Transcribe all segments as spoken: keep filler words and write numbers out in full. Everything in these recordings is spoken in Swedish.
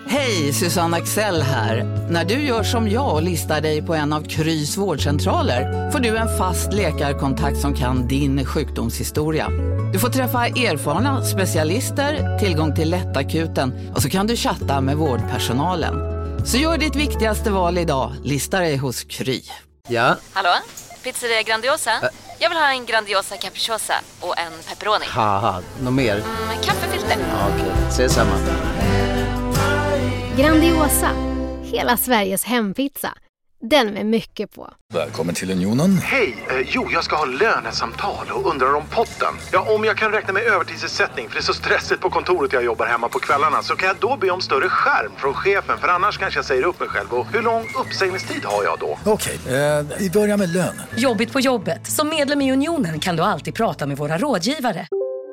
Hej, Susanne Axel här. När du gör som jag och listar dig på en av Krys vårdcentraler får du en fast läkarkontakt som kan din sjukdomshistoria. Du får träffa erfarna specialister, tillgång till lättakuten och så kan du chatta med vårdpersonalen. Så gör ditt viktigaste val idag, lista dig hos Kry. Ja? Hallå? Pizzeria Grandiosa? Ä- Jag vill ha en Grandiosa capriciosa och en pepperoni. Haha, något mer? Mm, kaffefilter. Ja, okej, okay. Ses samma. Grandiosa, hela Sveriges hempizza. Den med mycket på. Välkommen till Unionen. Hej, eh, jo jag ska ha lönesamtal och undrar om potten. Ja, om jag kan räkna med övertidsersättning för det är så stressigt på kontoret jag jobbar hemma på kvällarna, så kan jag då be om större skärm från chefen, för annars kanske jag säger upp mig själv. Och hur lång uppsägningstid har jag då? Okej, eh, vi börjar med lön. Jobbigt på jobbet. Som medlem i Unionen kan du alltid prata med våra rådgivare.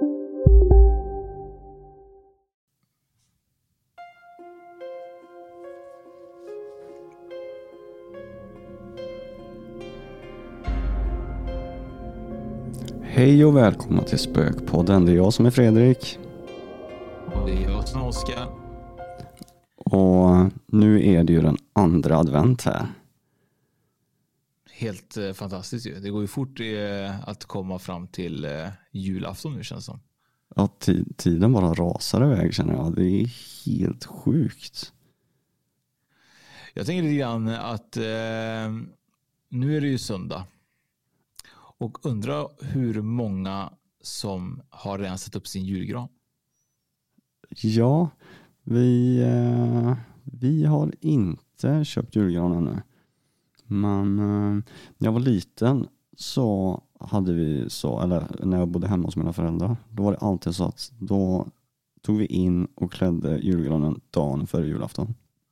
Hej och välkomna till Spökpodden. Det är jag som är Fredrik. Och det är jag som är Oskar. Och nu är det ju den andra advent här. Helt eh, fantastiskt ju. Det går ju fort eh, att komma fram till eh, julafton nu, känns som. Ja, t- tiden bara rasar iväg, känner jag. Det är helt sjukt. Jag tänker lite grann att eh, nu är det ju söndag. Och undrar hur många som har redan satt upp sin julgran. Ja, vi, eh, vi har inte köpt julgran ännu. Men eh, när jag var liten så hade vi så, eller när jag bodde hemma hos mina föräldrar, då var det alltid så att då tog vi in och klädde julgranen dagen före julafton.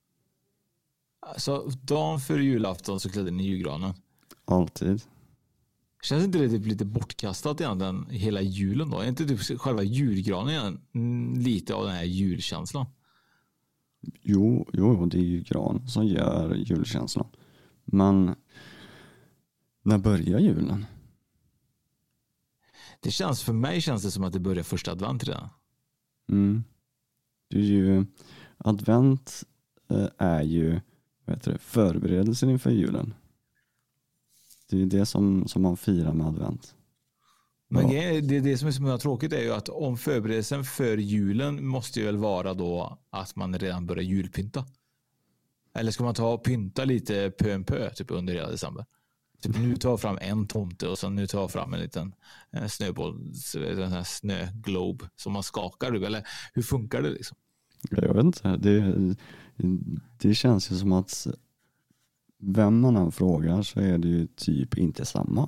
Så dagen före julafton så klädde ni julgranen? Alltid. Känns inte det typ lite bortkastat egentligen hela julen då? Är inte typ själva julgranen igen lite av den här julkänslan? Jo, jo, det är ju gran som gör julkänslan. Men när börjar julen? Det känns, för mig känns det som att det börjar första advent redan. Mm. Det är ju, advent eh, är ju, vad heter det, förberedelsen inför julen. Det är det som, som man firar med advent. Men ja. det, det som är så tråkigt är ju att om förberedelsen för julen måste ju väl vara då att man redan börjar julpynta. Eller ska man ta och pynta lite pö en pö typ under hela december? Typ nu tar jag fram en tomte och sen nu tar jag fram en liten en snöboll, en här snöglob som man skakar. Eller hur funkar det liksom? Jag vet inte. Det, det känns ju som att vem man än frågar så är det ju typ inte samma.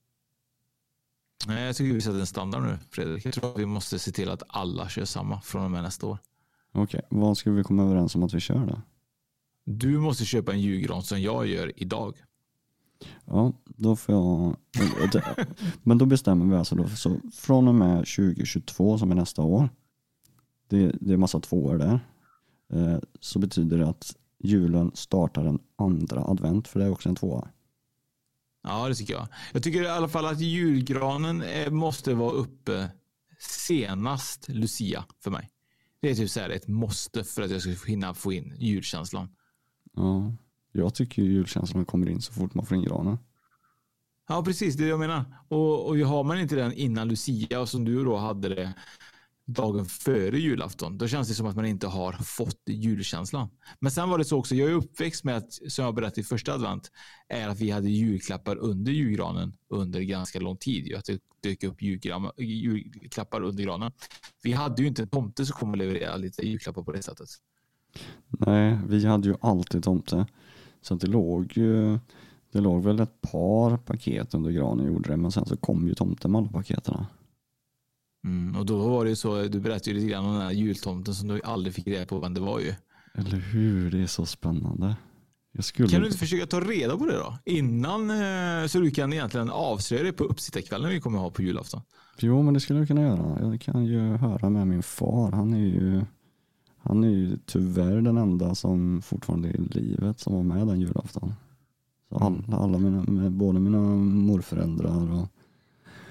Nej, jag tycker vi sätter en standard nu, Fredrik. Jag tror att vi måste se till att alla kör samma från och med nästa år. Okej, vad ska vi komma överens om att vi kör då? Du måste köpa en julgran som jag gör idag. Ja, då får jag... Men då bestämmer vi alltså då. Så från och med tjugo tjugotvå som är nästa år. Det, det är massa tvåor där. Så betyder det att julen startar en andra advent, för det är också en tvåa. Ja, det tycker jag. Jag tycker i alla fall att julgranen måste vara uppe senast Lucia för mig. Det är typ så här ett måste för att jag ska hinna få in julkänslan. Ja, jag tycker julkänslan kommer in så fort man får in granen. Ja, precis, det är det jag menar. Och, och har man inte den innan Lucia och som du då hade det dagen före julafton, då känns det som att man inte har fått julkänslan. Men sen var det så också, jag är uppväxt med att, som jag berättade i första advent, är att vi hade julklappar under julgranen under ganska lång tid. Att det dök upp julgram, julklappar under granen. Vi hade ju inte en tomte som kom och leverera lite julklappar på det sättet. Nej, vi hade ju alltid tomte. Så det låg ju, det låg väl ett par paket under granen gjorde det, men sen så kom ju tomten med alla paketerna. Mm, och då var det ju så, du berättade ju lite grann om den här jultomten som du aldrig fick reda på vem det var ju. Eller hur, det är så spännande. Jag skulle... Kan du inte försöka ta reda på det då? Innan, så du kan egentligen avslöja det på uppsittarkvällen vi kommer ha på julafton. Jo, men det skulle jag kunna göra. Jag kan ju höra med min far. Han är ju, han är ju tyvärr den enda som fortfarande är i livet som var med den julafton. Så alla, alla mina, med både mina morföräldrar och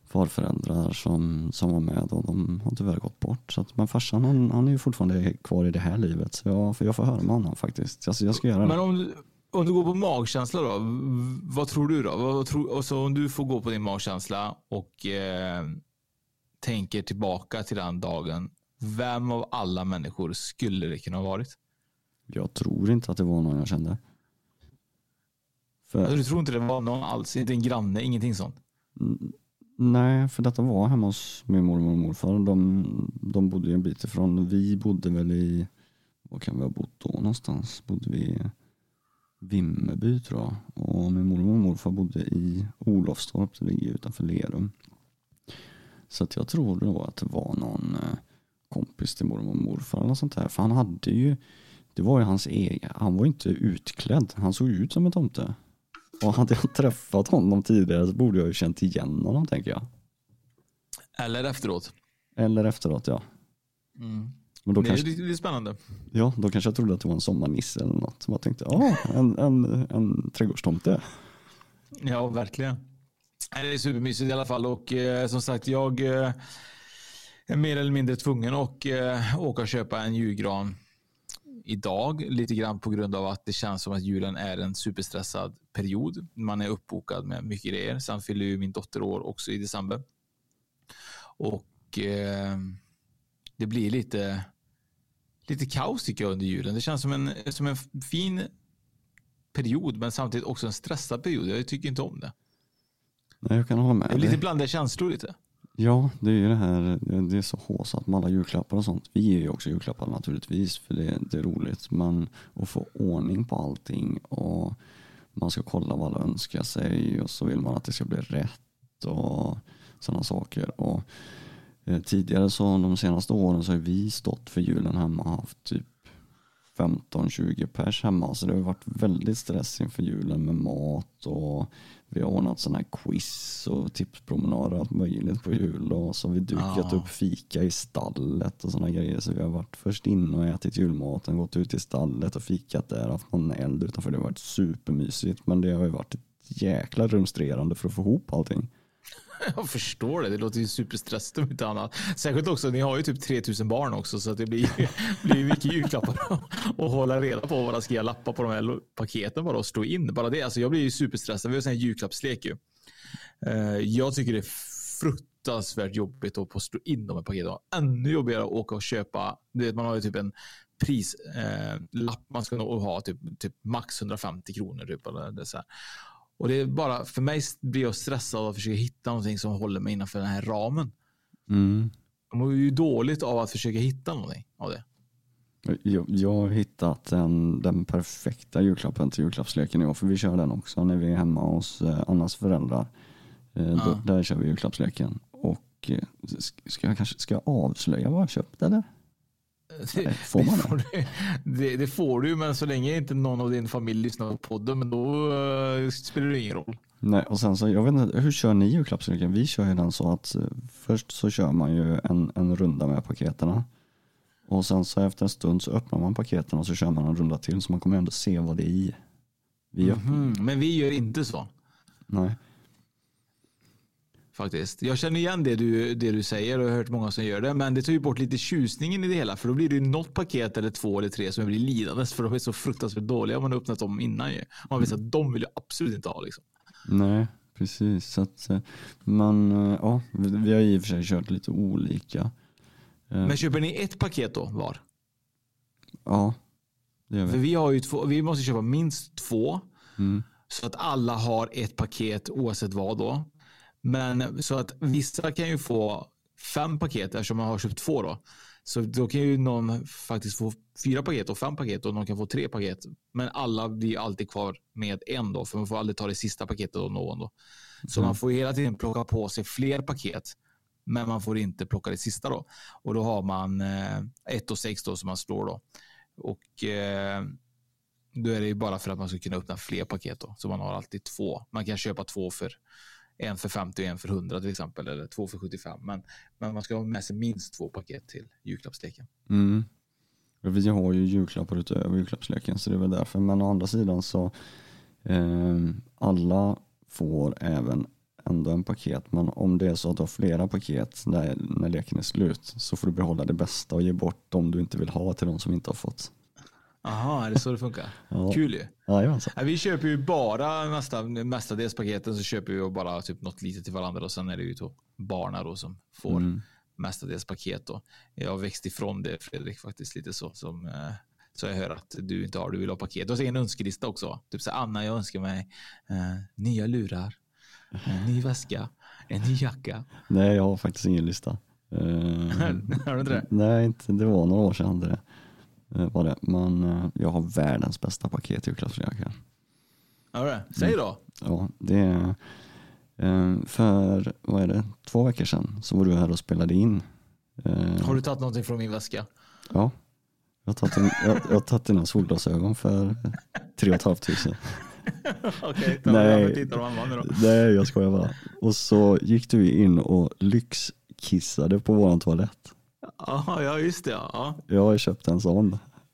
farföräldrar som, som var med och de har tyvärr gått bort. Så att, men farsan han, han är ju fortfarande kvar i det här livet så jag, för jag får höra med honom faktiskt. Alltså, jag ska göra det. Men om du, om du går på magkänsla då, vad tror du då? Vad tror, och så om du får gå på din magkänsla och eh, tänker tillbaka till den dagen, vem av alla människor skulle det kunna ha varit? Jag tror inte att det var någon jag kände. För... Alltså, du tror inte det var någon alls? Inte en granne, ingenting sånt? Mm, nej, för detta var hemma hos min mormor och morfar. De, de bodde ju en bit ifrån. Vi bodde väl i, vad kan vi ha bott då någonstans? Bodde vi i Vimmerby tror jag. Och min mormor och morfar bodde i Olofstorp, det ligger utanför Lerum. Så att jag tror då att det var någon kompis till mormor och morfar eller sånt där. För han hade ju, det var ju hans egen, han var inte utklädd. Han såg ut som en tomte. Och hade jag träffat honom tidigare så borde jag ju känt igen honom, tänker jag. Eller efteråt. Eller efteråt, ja. Mm. Men då det kanske, är lite spännande. Ja, då kanske jag trodde att det var en sommarnisse eller något. Så jag tänkte, ja, en, en, en trädgårdstomte. Ja, verkligen. Det är supermysigt i alla fall. Och eh, som sagt, jag eh, är mer eller mindre tvungen att eh, åka och köpa en julgran idag. Lite grann på grund av att det känns som att julen är en superstressad period. Man är uppbokad med mycket grejer. Sen fyller ju min dotter år också i december. Och eh, det blir lite lite kaos tycker jag under julen. Det känns som en, som en fin period men samtidigt också en stressad period. Jag tycker inte om det. Nej, jag kan hålla med. Det är lite blandade känslor lite. Ja, det är ju det här, det är så håsat med alla julklappar och sånt. Vi är ju också julklappar naturligtvis för det, det är roligt. Men att få ordning på allting och man ska kolla vad alla önskar sig och så vill man att det ska bli rätt och sådana saker. Och eh, tidigare så de senaste åren så har vi stått för julen hemma och haft typ femton tjugo pers hemma. Så det har varit väldigt stress inför julen med mat och vi har ordnat sådana här quiz och tipspromenader och allt möjligt på jul. Och så har vi dukat ja. upp fika i stallet och sådana grejer. Så vi har varit först in och ätit julmaten, gått ut i stallet och fikat där, haft någon eld utanför. Det har varit supermysigt men det har ju varit ett jäkla rumstrerande för att få ihop allting. Jag förstår det. Det låter ju superstressigt om inte annat. Särskilt också, ni har ju typ tre tusen barn också så att det blir, blir mycket julklappar att hålla reda på vad man ska lappa på de här paketen bara och stå in. Bara det. Alltså jag blir ju superstressad. Vi har sån här julklappslek ju. Jag tycker det är fruktansvärt jobbigt att få stå in de här paketen. Ännu jobbigare att åka och köpa. Det, man har ju typ en prislapp man ska nog ha typ, typ max hundrafemtio kronor typ. Eller det så här. Och det är bara, för mig blir jag stressad att försöka hitta någonting som håller mig innanför den här ramen. Mm. Jag mår ju dåligt av att försöka hitta någonting av det. Jag, jag har hittat den, den perfekta julklappen till julklappsleken i år. För vi kör den också när vi är hemma hos eh, Annas föräldrar. Eh, ja. då, där kör vi julklappsleken. Och eh, ska jag kanske ska jag avslöja vad jag köpt eller? Det, får man det, får du, det, det får du, men så länge inte någon av din familj lyssnar på podden, men då uh, spelar det ingen roll. Nej, och sen så, jag vet inte, hur kör ni julklappsleken? Vi kör ju den så att uh, först så kör man ju en, en runda med paketerna. Och sen så efter en stund så öppnar man paketen och så kör man en runda till så man kommer ändå se vad det är i. Vi mm-hmm. Men vi gör inte så. Nej. Faktiskt. Jag känner igen det du, det du säger och har hört många som gör det, men det tar ju bort lite tjusningen i det hela, för då blir det ju något paket eller två eller tre som blir lidandes för de är så fruktansvärt dåliga om man har öppnat dem innan ju. Man vet att de vill ju absolut inte ha liksom. Nej, precis. Så att, men ja, vi har i och för sig kört lite olika. Men köper ni ett paket då var? Ja, det gör vi. För vi har ju två, vi måste köpa minst två mm. så att alla har ett paket oavsett vad då. Men så att vissa kan ju få fem paket eftersom man har köpt två då. Så då kan ju någon faktiskt få fyra paket och fem paket och någon kan få tre paket. Men alla blir alltid kvar med en då, för man får aldrig ta det sista paketet av någon då. Så mm. man får hela tiden plocka på sig fler paket, men man får inte plocka det sista då. Och då har man eh, ett och sex då som man slår då. Och eh, då är det ju bara för att man ska kunna öppna fler paket då. Så man har alltid två. Man kan köpa två för en för femtio och en för hundra till exempel, eller två för sjuttiofem. Men, men man ska ha med sig minst två paket till julklappsleken. Mm. Vi har ju julklappar utöver julklappsleken, så det är väl därför. Men å andra sidan så eh, alla får även ändå en paket. Men om det är så att du har flera paket när, när leken är slut, så får du behålla det bästa och ge bort de du inte vill ha till de som inte har fått. Aha, är det så det funkar? Ja. Kul ju. Ja, alltså. Vi köper ju bara mesta, mestadels paketen, så köper vi ju bara typ något litet till varandra, och sen är det ju då barna då som får mm. mestadels paket då. Jag har växt ifrån det, Fredrik, faktiskt lite så som eh, så jag hör att du inte har, du vill ha paket. Och så är en önskelista också. Typ så Anna, jag önskar mig eh, nya lurar, en ny väska, en ny jacka. Nej, jag har faktiskt ingen lista. Uh, har du inte det? Nej, inte, det var några år sedan det uh, var det. Men uh, jag har världens bästa paket i julklappsjackan. Ja, det. Säg då. Mm. Ja, det är uh, för, vad är det, två veckor sedan så var du här och spelade in. Uh, har du tagit någonting från min väska? Ja. Jag har tagit, en, jag, jag har tagit dina solglasögon för tre och ett halvt tusen. Okej, nej, då. nej, jag skojar bara. Och så gick du in och lyxkissade på våran toalett. Aha, ja, just det. Ja. Jag har köpt en sån.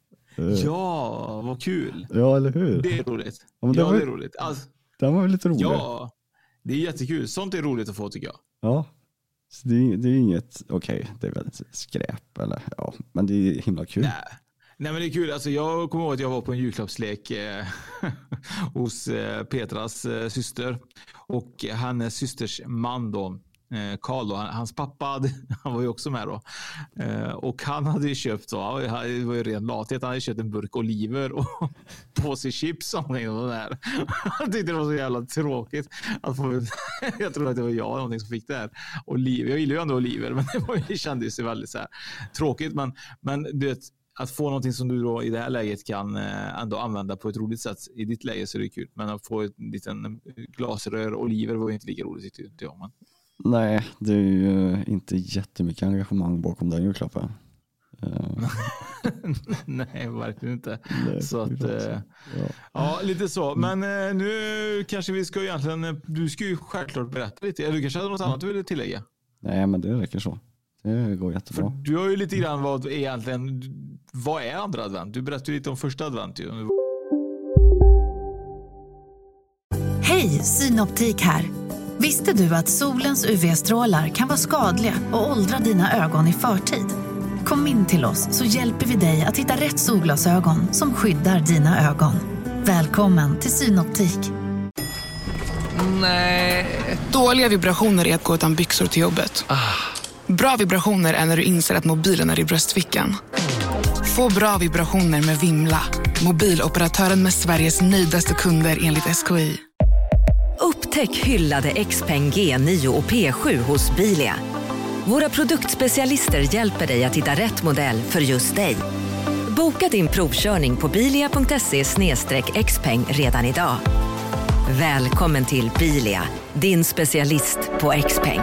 Ja, vad kul. Ja, eller hur? Det är roligt. Ja, ja var, det är roligt. Alltså, den var väl lite rolig. Ja, det är jättekul. Sånt är roligt att få, tycker jag. Ja. Så det, det är inget, okej, okay, det är väl skräp eller ja, men det är himla kul. Nej. Nej, men det är kul. Alltså, jag kommer ihåg att jag var på en julklappslek eh, hos eh, Petras eh, syster, och eh, hennes systers man då, Karl, eh, hans pappa hade, han var ju också med då, eh, och han hade ju köpt så, det var ju ren lathet, han hade köpt en burk oliver och påse chips och någonting där. Han tyckte det var så jävla tråkigt att få, jag tror att det var jag någonting som fick det här oliver. Jag gillar ju ändå oliver, men det, var, det kändes ju väldigt så här tråkigt, men, men du vet, att få någonting som du då i det här läget kan ändå använda på ett roligt sätt. I ditt läge så är det kul. Men att få ett liten glasrör oliver var ju inte lika roligt, tyckte jag. Men... Nej, det är ju inte jättemycket engagemang bakom den julklappen. Uh... Nej, verkligen inte. Nej, så att, ja. ja, lite så. Men nu kanske vi ska egentligen, du ska ju självklart berätta lite. Eller du kanske hade något annat du ville tillägga? Nej, men det räcker så. Det går jättebra. För du har ju lite grann vad egentligen, vad är andra advent? Du berättade ju lite om första advent ju. Hej, Synoptik här. Visste du att solens U V-strålar kan vara skadliga och åldra dina ögon i förtid? Kom in till oss så hjälper vi dig att hitta rätt solglasögon som skyddar dina ögon. Välkommen till Synoptik. Nej. Dåliga vibrationer är att gå utan byxor till jobbet. Ah. Bra vibrationer är när du inser att mobilen är i bröstfickan. Få bra vibrationer med Vimla. Mobiloperatören med Sveriges nöjdaste kunder enligt S K I. Upptäck hyllade Xpeng G nio och P sju hos Bilia. Våra produktspecialister hjälper dig att hitta rätt modell för just dig. Boka din provkörning på bilia punkt se slash xpeng redan idag. Välkommen till Bilia, din specialist på Xpeng.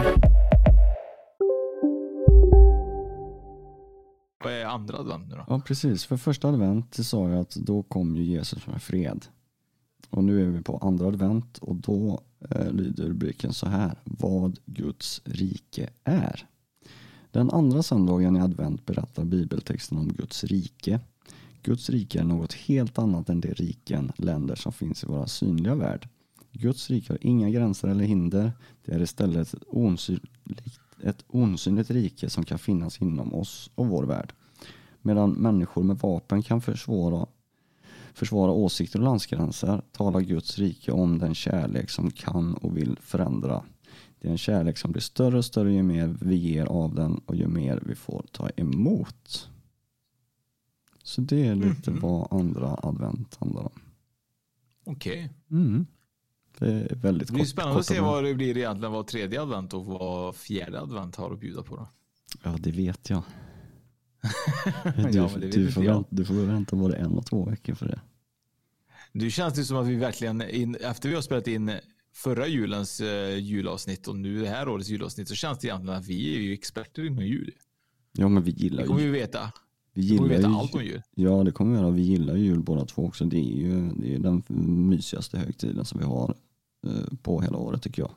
Vad är andra advent nu då? Ja, precis. För första advent sa jag att då kom ju Jesus med fred. Och nu är vi på andra advent, och då eh, lyder rubriken så här: vad Guds rike är. Den andra söndagen i advent berättar bibeltexten om Guds rike. Guds rike är något helt annat än de riken, länder som finns i våra synliga värld. Guds rike har inga gränser eller hinder. Det är istället ett osynligt, ett osynligt rike som kan finnas inom oss och vår värld. Medan människor med vapen kan försvara, försvara åsikter och landsgränser, talar Guds rike om den kärlek som kan och vill förändra. Det är en kärlek som blir större och större ju mer vi ger av den och ju mer vi får ta emot. Så det är lite mm-hmm. vad andra advent handlar om. Okej. Okay. Mm. Det är väldigt kort. Det är spännande att se vad det blir egentligen vad tredje advent och vad fjärde advent har att bjuda på då. Ja, det vet jag. Du, ja, men det vet du, får jag. Vänta, du får vänta både en och två veckor för det. Nu känns det som att vi verkligen, in, efter vi har spelat in förra julens eh, julavsnitt och nu det här årets julavsnitt, så känns det egentligen att vi är ju experter inom jul. Ja, men vi gillar ju. Det kommer vi veta. Vi gillar kommer vi veta ju, allt om jul. Ja, det kommer vi göra. Vi gillar jul båda två också. Det är ju det är den mysigaste högtiden som vi har eh, på hela året, tycker jag.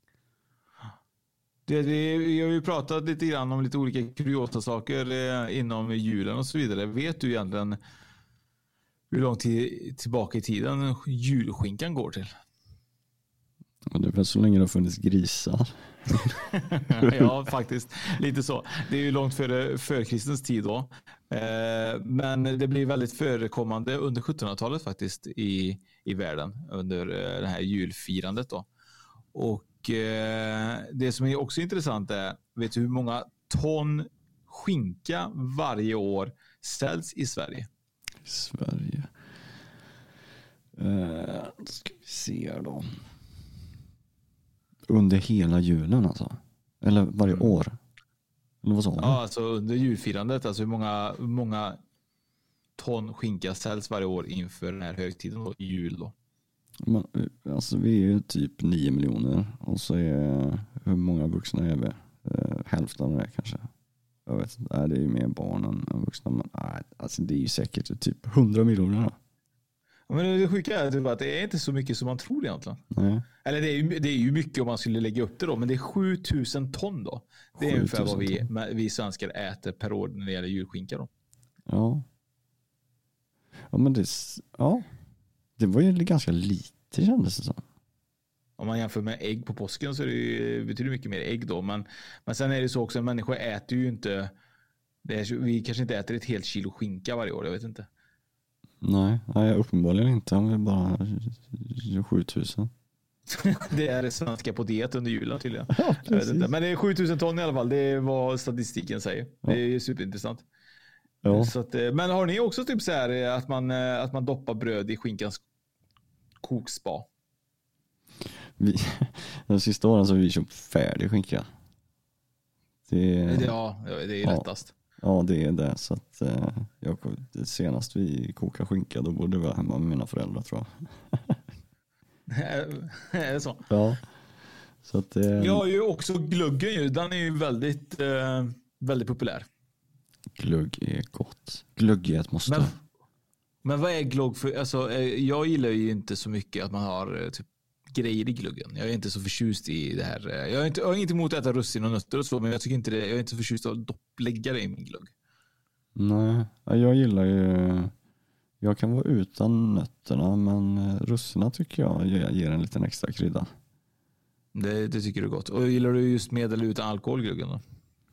Det, det, vi har ju pratat lite grann om lite olika kuriosa saker eh, inom julen och så vidare. Vet du egentligen hur lång tid tillbaka i tiden julskinkan går till? Och det är väl så länge det har funnits grisar. Ja, faktiskt. Lite så. Det är ju långt före förkristens tid då. Eh, men det blir väldigt förekommande under sjuttonhundratalet faktiskt i, i världen under eh, det här julfirandet då. Och eh, det som är också intressant är, vet du hur många ton skinka varje år säljs i Sverige? I Sverige. Eh, ska vi se då. Under hela julen alltså? Eller varje mm. år? Eller vad sa du? Ja, alltså under julfirandet. Alltså hur många, hur många ton skinka säljs varje år inför den här högtiden då, jul då? Men, alltså vi är ju typ nio miljoner. Och så är hur många vuxna är vi? Eh, hälften av det kanske. Jag vet inte. Nej, det är ju mer barn än vuxna. Men nej, alltså det är ju säkert typ hundra miljoner då. Men det sjuka är typ att det är inte så mycket som man tror egentligen. Nej. Eller det är, ju, det är ju mycket om man skulle lägga upp det då. Men det är sjutusen ton då. Det är ungefär vad vi, vi svenskar äter per år när det gäller julskinka då. Ja. Ja, men det, ja. Det var ju ganska lite kändes det som. Om man jämför med ägg på påsken så är det ju betydligt mycket mer ägg då. Men, men sen är det så också, en människa äter ju inte, det är, vi kanske inte äter ett helt kilo skinka varje år, jag vet inte. Nej, nej uppenbarligen inte om vi bara sjutusen. Det är det svenska på diet under julen tydligen. Ja, jag vet inte. Men det är sjutusen ton i alla fall, det är vad statistiken säger. Ja. Det är superintressant. Ja. Så att, men har ni också typ så här att man, att man doppar bröd i skinkans kokspa? Vi, de sista åren så har vi köpt färdig skinka. Det, ja, det är ja, lättast. Ja, det är det. Så att, eh, jag, senast vi kokade skinka då borde vi vara hemma med mina föräldrar tror jag. Är det så? Ja. Så att, eh, jag har ju också gluggen ju. Den är ju väldigt, eh, väldigt populär. Glugg är gott. Glugg är ett måste. Men, men vad är glugg för? Alltså, jag gillar ju inte så mycket att man har typ grejer i gluggen. Jag är inte så förtjust i det här. Jag är inte, jag är inte emot att äta russin och nötter och så, men jag tycker inte det. Jag är inte så förtjust att lägga det i min glugg. Nej, jag gillar ju. Jag kan vara utan nötterna, men russina tycker jag ger en liten extra krydda. Det, det tycker du är gott. Och gillar du just med eller utan alkoholgluggen då?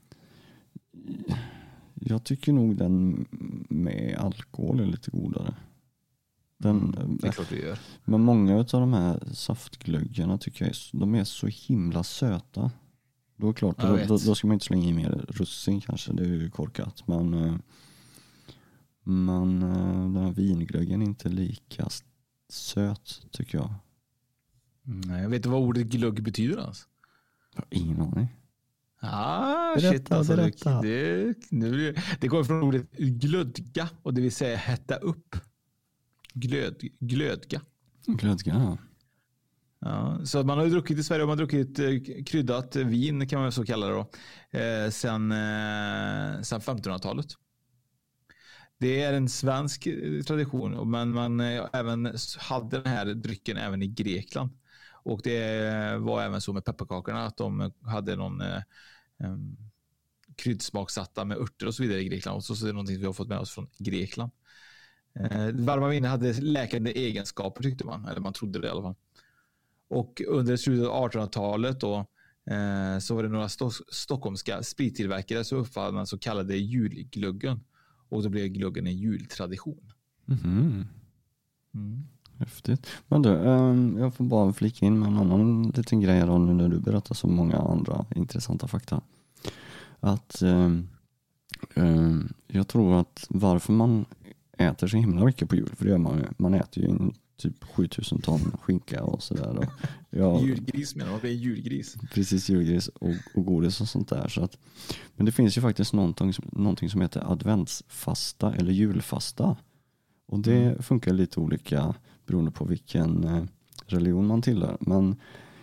Jag tycker nog den med alkohol är lite godare. Den, mm, det är klart du gör. Men många av de här saftglöggarna tycker jag är, de är så himla söta. Då är klart, då, då, då ska man inte slänga i mer russin kanske, det är ju korkat. Men, men den här vinglöggen är inte lika söt tycker jag. Nej, jag vet inte vad ordet glögg betyder alltså. Jag har ingen aning. Ah, berätta, shit alltså. Det, det, nu, det kommer från ordet glödga och det vill säga hetta upp. Glöd, glödga. Glödga, ja. Ja, så man har ju druckit i Sverige, man har druckit eh, kryddat vin kan man så kalla det då. Eh, sen, eh, sen femtonhundratalet. Det är en svensk tradition, men man eh, även hade den här drycken även i Grekland. Och det var även så med pepparkakorna att de hade någon eh, um, kryddsmaksatta med örter och så vidare i Grekland. Och så, så är det någonting vi har fått med oss från Grekland. Eh, varma viner hade läkande egenskaper tyckte man, eller man trodde det i alla fall. Och under slutet av artonhundratalet då, eh, så var det några sto- stockholmska sprittillverkare som uppfann den så kallade julgluggen. Och då blev gluggen en jultradition. Mm. Mm. Häftigt. Men du, um, jag får bara flika in med en annan liten grej då, nu när du berättar så många andra intressanta fakta. Att um, um, jag tror att varför man äter så himla mycket på jul, för det gör man ju. Man äter ju en, typ sjutusen ton skinka och sådär. Ja, julgris menar man, det är julgris. Precis, julgris och, och godis och sånt där. Så att, men det finns ju faktiskt någonting, någonting som heter adventsfasta eller julfasta. Och det mm. funkar lite olika beroende på vilken religion man tillhör. Men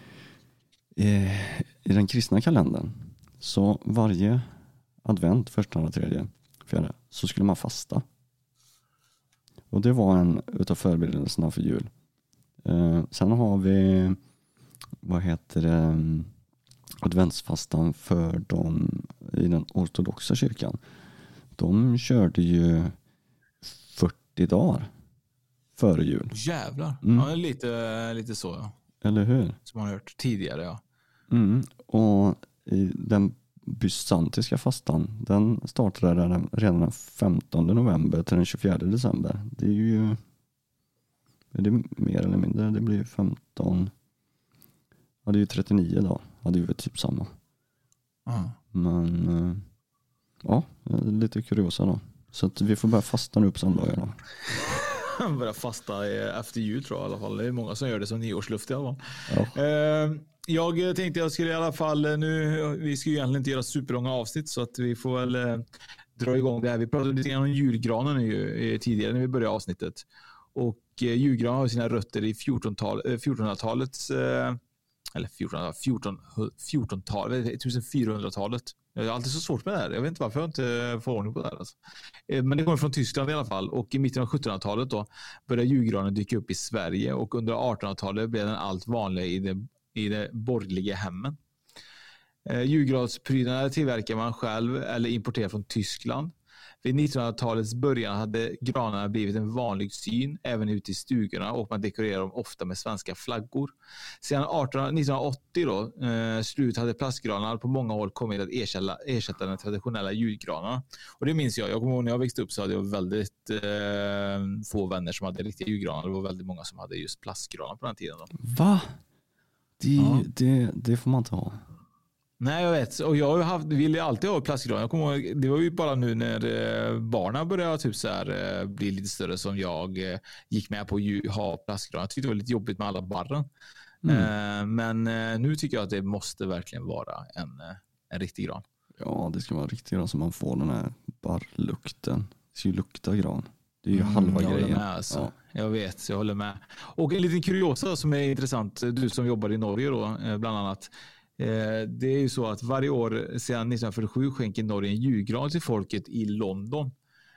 eh, i den kristna kalendern så varje advent, första, andra, tredje, fjärde, så skulle man fasta. Och det var en utav förberedelserna för jul. Eh, sen har vi, vad heter det, adventsfastan för de i den ortodoxa kyrkan. De körde ju fyrtio dagar före jul. Jävlar. Mm. Ja, lite, lite så. Ja. Eller hur? Som man har hört tidigare, ja. Mm. Och i den bysantiska fastan, den startade redan, redan den femtonde november till den tjugofjärde december. Det är ju är det mer eller mindre, det blir ju femton, ja det är ju trettionio dagar, ja det är ju typ samma. Mm. Men ja, lite kuriosa då. Så att vi får börja fasta nu på söndagar då. Börja fasta efter jul tror jag i alla fall. Det är många som gör det som nyårsluft i alla fall. Ja. Eh, jag tänkte jag skulle i alla fall nu, vi ska ju egentligen inte göra superlånga avsnitt så att vi får väl eh, dra igång det här. Vi pratade lite grann om julgranen ju, eh, tidigare när vi började avsnittet. Och eh, julgranen har sina rötter i fjortonhundratalets eh, eller fjortontalet, fjortonhundratalet. Jag har alltid så svårt med det här. Jag vet inte varför jag inte får ordning på det här. Alltså. Men det kommer från Tyskland i alla fall. Och i mitten av sjuttonhundratalet då började julgranen dyka upp i Sverige. Och under artonhundratalet blev den allt vanligare i de, i de borgerliga hemmen. Eh, julgransprylarna tillverkar man själv eller importerar från Tyskland. Vid nittonhundratalets början hade granarna blivit en vanlig syn även ute i stugorna och man dekorerar dem ofta med svenska flaggor. Sedan nittonhundraåttio då, eh, slut hade plastgranar på många håll kommit att ersätta, ersätta den traditionella julgranarna. Och det minns jag. Jag kommer ihåg när jag växte upp så hade jag väldigt eh, få vänner som hade riktiga julgranar. Det var väldigt många som hade just plastgranar på den tiden. Då. Va? Det, ja. det, det får man inte ha. Nej, jag vet. Och jag har haft, ville alltid ha plastgran. Jag kommer ihåg, det var ju bara nu när eh, barnen började typ så här, eh, bli lite större som jag eh, gick med på att ha plastgran. Jag tyckte det var lite jobbigt med alla barren. Mm. Eh, men eh, nu tycker jag att det måste verkligen vara en, eh, en riktig gran. Ja, det ska vara en riktig gran så man får den här barrlukten. Det ska ju lukta gran. Det är ju Mm, halva jag grejen. Med, alltså. Ja. Jag vet, jag håller med. Och en liten kuriosa som är intressant. Du som jobbar i Norge då, eh, bland annat. Det är ju så att varje år sedan nittonhundrafyrtiosju skänker Norge en julgran till folket i London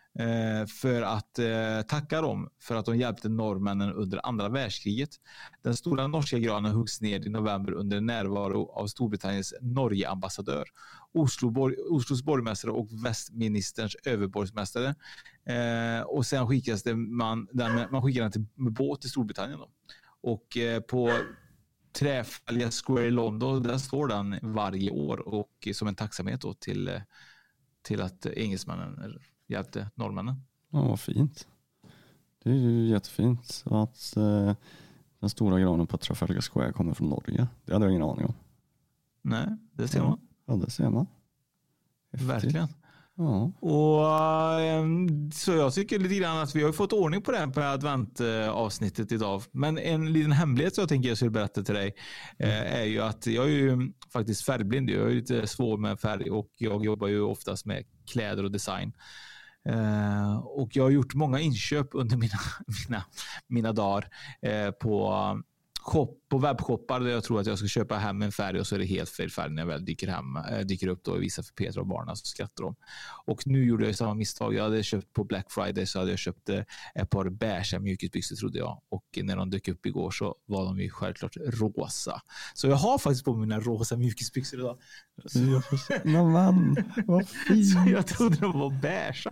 för att tacka dem för att de hjälpte norrmännen under andra världskriget. Den stora norska granen huggs ner i november under närvaro av Storbritanniens Norge-ambassadör, Oslo, Oslos borgmästare och Westminsters överborgmästare. Och sen skickas det man, man skickar den till med båt till Storbritannien då. Och på Trafalgar Square i London, där står den varje år och som en tacksamhet då till, till att engelsmännen hjälpte norrmännen. Ja, vad fint. Det är ju jättefint att eh, den stora granen på Trafalgar Square kommer från Norge. Det hade jag ingen aning om. Nej, det ser ja. man. Ja, det ser man. Häftigt. Verkligen. Ja. Och så jag tycker lite grann att vi har fått ordning på det här på adventavsnittet idag. Men en liten hemlighet som jag tänker jag skulle berätta till dig är ju att jag är ju faktiskt färgblind. Jag är lite svår med färg och jag jobbar ju oftast med kläder och design. Och jag har gjort många inköp under mina, mina, mina dagar på shop, på webbshoppar där jag tror att jag ska köpa hem en färg och så är det helt fel färg när jag väl dyker, hem, dyker upp då och visar för Petra och barnen så skrattar de. Och nu gjorde jag samma misstag. Jag hade köpt på Black Friday så hade jag köpt ett par beige mjukisbyxor trodde jag. Och när de dök upp igår så var de ju självklart rosa. Så jag har faktiskt på mina rosa mjukisbyxor idag. Så jag, men, vad fint. Så jag trodde de var beige.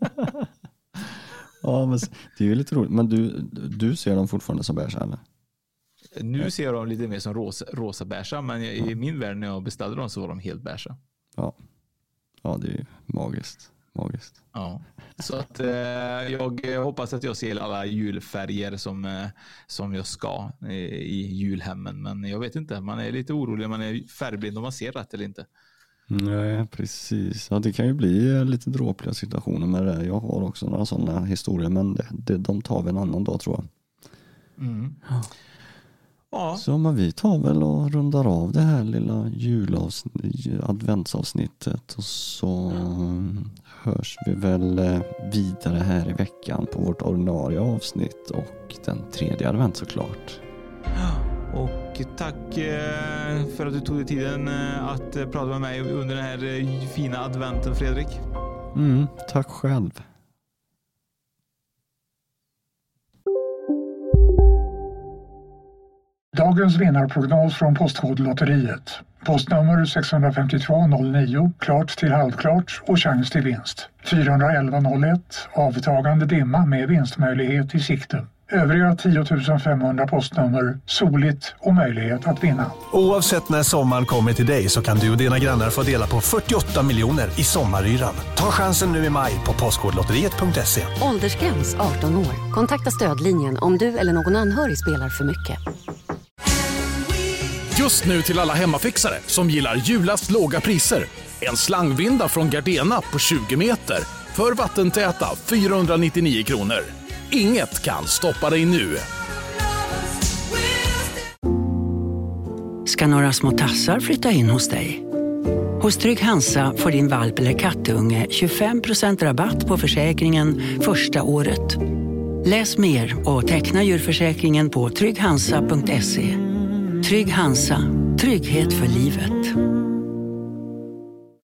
Ja, men det är ju lite roligt. Men du, du ser dem fortfarande som beige eller? Nu ser de lite mer som rosa, rosa bärsa, men i ja. min värld när jag beställde dem så var de helt bärsa. Ja, ja det är magiskt. magiskt. Ja. Så att eh, jag hoppas att jag ser alla julfärger som, eh, som jag ska eh, i julhemmen. Men jag vet inte, man är lite orolig man är färgblind om man ser rätt eller inte. Nej, precis. Ja, det kan ju bli lite dråpliga situationer med det. Jag har också några sådana historier, men det, det, de tar vi en annan dag tror jag. Mm. Ja. Ja. Så men vi tar väl och rundar av det här lilla julavsnitt, adventsavsnittet och så hörs vi väl vidare här i veckan på vårt ordinarie avsnitt och den tredje advent såklart. Och tack för att du tog dig tiden att prata med mig under den här fina adventen, Fredrik. Mm, tack själv. Dagens vinnarprognos från Postkodlotteriet. Postnummer sex fem två noll nio, klart till halvklart och chans till vinst. fyra ett ett noll ett, avtagande dimma med vinstmöjlighet i sikte. Övriga tio tusen femhundra postnummer soligt och möjlighet att vinna. Oavsett när sommaren kommer till dig så kan du och dina grannar få dela på fyrtioåtta miljoner i sommaryran. Ta chansen nu i maj på postkodlotteriet punkt se. Åldersgräns arton år. Kontakta stödlinjen om du eller någon anhörig spelar för mycket. Just nu till alla hemmafixare som gillar julast låga priser. En slangvinda från Gardena på tjugo meter för vattentäta fyrahundranittionio kronor. Inget kan stoppa dig nu. Ska några små tassar flytta in hos dig? Hos Trygg Hansa får din valp eller kattunge tjugofem procent rabatt på försäkringen första året. Läs mer och teckna djurförsäkringen på trygg hansa punkt se. Trygg Hansa, trygghet för livet.